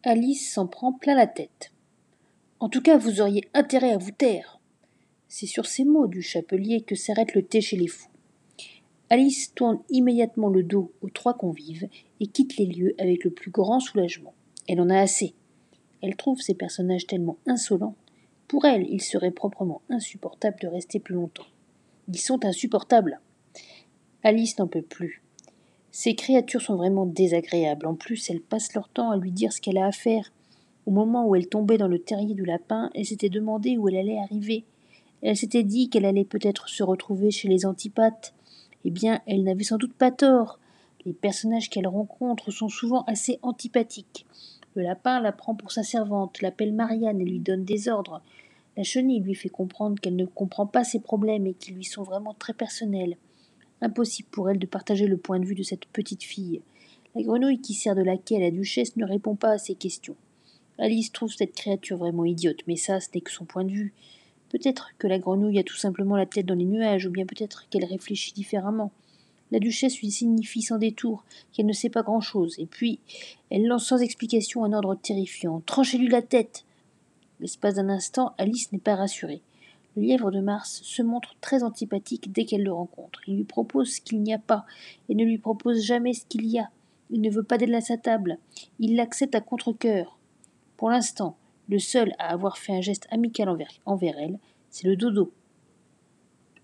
Alice s'en prend plein la tête. En tout cas, vous auriez intérêt à vous taire. C'est sur ces mots du chapelier que s'arrête le thé chez les fous. Alice tourne immédiatement le dos aux trois convives et quitte les lieux avec le plus grand soulagement. Elle en a assez. Elle trouve ces personnages tellement insolents. Pour elle, il serait proprement insupportable de rester plus longtemps. Ils sont insupportables. Alice n'en peut plus. Ces créatures sont vraiment désagréables. En plus, elles passent leur temps à lui dire ce qu'elle a à faire. Au moment où elle tombait dans le terrier du lapin, elle s'était demandé où elle allait arriver. Elle s'était dit qu'elle allait peut-être se retrouver chez les antipathes. Eh bien, elle n'avait sans doute pas tort. Les personnages qu'elle rencontre sont souvent assez antipathiques. Le lapin la prend pour sa servante, l'appelle Marianne et lui donne des ordres. La chenille lui fait comprendre qu'elle ne comprend pas ses problèmes et qu'ils lui sont vraiment très personnels. Impossible pour elle de partager le point de vue de cette petite fille. La grenouille qui sert de laquais à la duchesse ne répond pas à ses questions. Alice trouve cette créature vraiment idiote, mais ça, ce n'est que son point de vue. Peut-être que la grenouille a tout simplement la tête dans les nuages, ou bien peut-être qu'elle réfléchit différemment. La duchesse lui signifie sans détour qu'elle ne sait pas grand-chose, et puis elle lance sans explication un ordre terrifiant. Tranchez-lui la tête. L'espace d'un instant, Alice n'est pas rassurée. Le lièvre de Mars se montre très antipathique dès qu'elle le rencontre. Il lui propose ce qu'il n'y a pas, et ne lui propose jamais ce qu'il y a. Il ne veut pas d'aide à sa table. Il l'accepte à contre-cœur. Pour l'instant, le seul à avoir fait un geste amical envers elle, c'est le dodo.